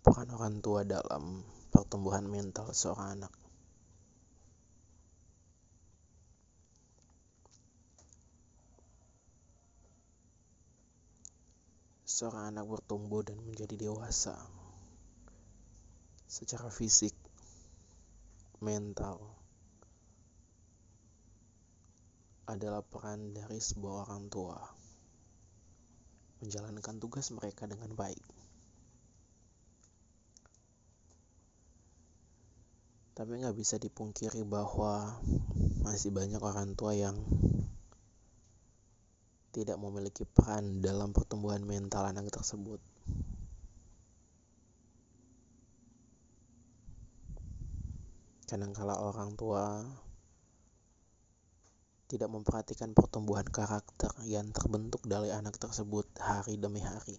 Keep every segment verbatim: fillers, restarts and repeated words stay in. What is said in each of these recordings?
peran orang tua dalam pertumbuhan mental seorang anak. Seorang anak bertumbuh dan menjadi dewasa secara fisik, mental, adalah peran dari sebuah orang tua menjalankan tugas mereka dengan baik. Tapi nggak bisa dipungkiri bahwa masih banyak orang tua yang tidak memiliki peran dalam pertumbuhan mental anak tersebut. Kadangkala orang tua tidak memperhatikan pertumbuhan karakter yang terbentuk dari anak tersebut hari demi hari.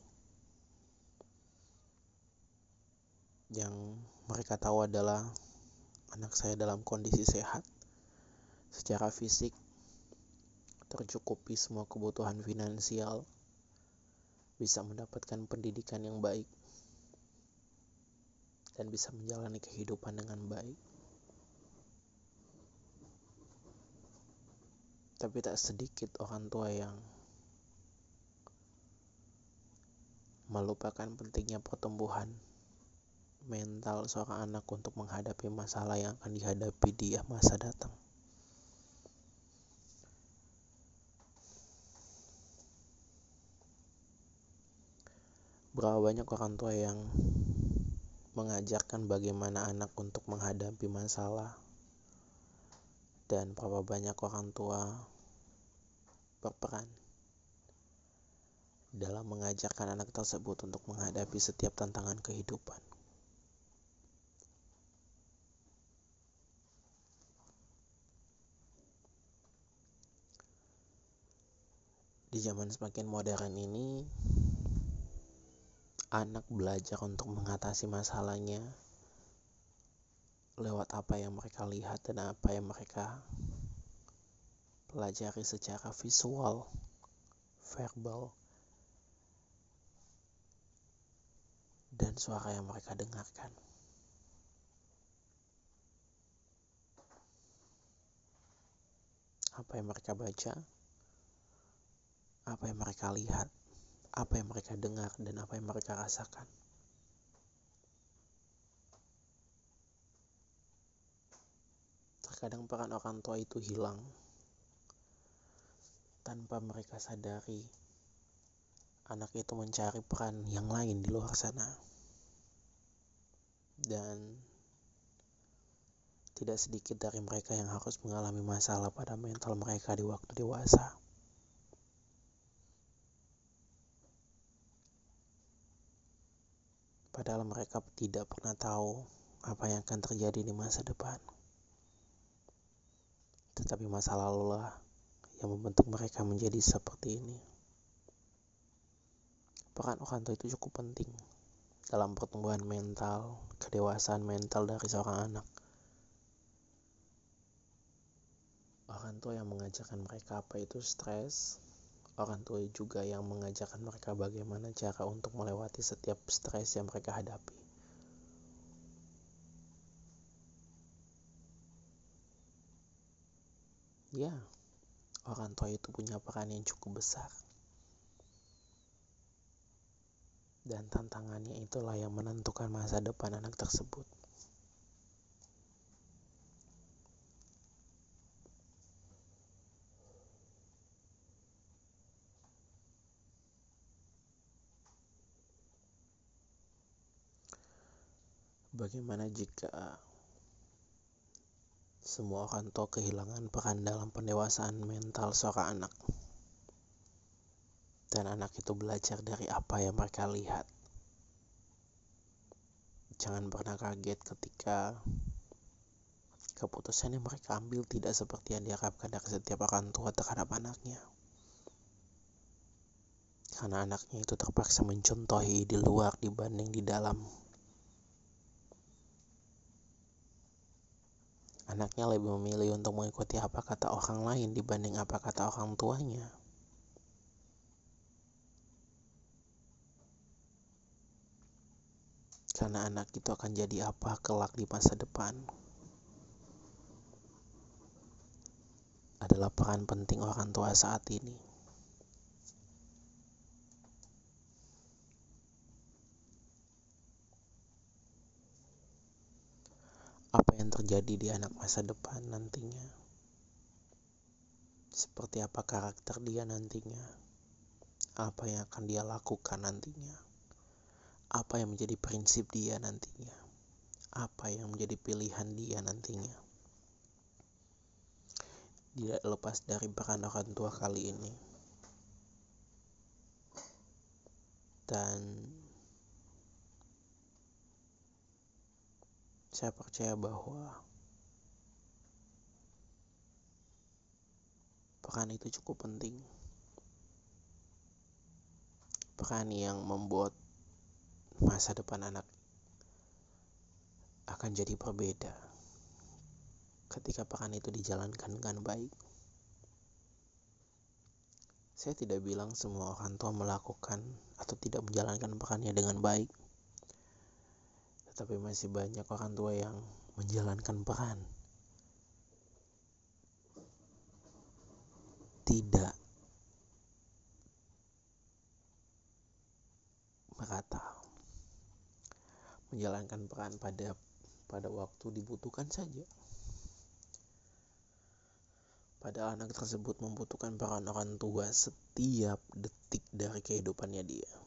Yang mereka tahu adalah anak saya dalam kondisi sehat, secara fisik, tercukupi semua kebutuhan finansial, bisa mendapatkan pendidikan yang baik, dan bisa menjalani kehidupan dengan baik. Tapi tak sedikit orang tua yang melupakan pentingnya pertumbuhan mental seorang anak untuk menghadapi masalah yang akan dihadapi di masa datang. Berapa banyak orang tua yang mengajarkan bagaimana anak untuk menghadapi masalah, dan berapa banyak orang tua berperan dalam mengajarkan anak tersebut untuk menghadapi setiap tantangan kehidupan. Di zaman semakin modern ini, anak belajar untuk mengatasi masalahnya lewat apa yang mereka lihat dan apa yang mereka pelajari secara visual, verbal, dan suara yang mereka dengarkan. Apa yang mereka baca, apa yang mereka lihat, apa yang mereka dengar, dan apa yang mereka rasakan. Terkadang peran orang tua itu hilang tanpa mereka sadari. Anak itu mencari peran yang lain di luar sana, dan tidak sedikit dari mereka yang harus mengalami masalah pada mental mereka di waktu dewasa. Padahal mereka tidak pernah tahu apa yang akan terjadi di masa depan. Tetapi masa lalulah yang membentuk mereka menjadi seperti ini. Peran orang tua itu cukup penting dalam pertumbuhan mental, kedewasaan mental dari seorang anak. Orang tua yang mengajarkan mereka apa itu stres. Orang tua juga yang mengajarkan mereka bagaimana cara untuk melewati setiap stres yang mereka hadapi. Ya, orang tua itu punya peran yang cukup besar. Dan tantangannya itulah yang menentukan masa depan anak tersebut. Bagaimana jika semua orang tua kehilangan peran dalam pendewasaan mental seorang anak, dan anak itu belajar dari apa yang mereka lihat? Jangan pernah kaget ketika keputusan yang mereka ambil tidak seperti yang diharapkan dari setiap orang tua terhadap anaknya. Karena anaknya itu terpaksa mencontohi di luar dibanding di dalam. Anaknya lebih memilih untuk mengikuti apa kata orang lain dibanding apa kata orang tuanya. Karena anak itu akan jadi apa kelak di masa depan adalah peran penting orang tua saat ini. Apa yang terjadi di anak masa depan nantinya, seperti apa karakter dia nantinya, apa yang akan dia lakukan nantinya, apa yang menjadi prinsip dia nantinya, apa yang menjadi pilihan dia nantinya, tidak lepas dari peran orang tua kali ini. Dan saya percaya bahwa peran itu cukup penting. Peran yang membuat masa depan anak akan jadi berbeda ketika peran itu dijalankan dengan baik. Saya tidak bilang semua orang tua melakukan atau tidak menjalankan perannya dengan baik, tetapi masih banyak orang tua yang menjalankan peran tidak merata, menjalankan peran pada pada waktu dibutuhkan saja. Padahal anak tersebut membutuhkan peran orang tua setiap detik dari kehidupannya dia.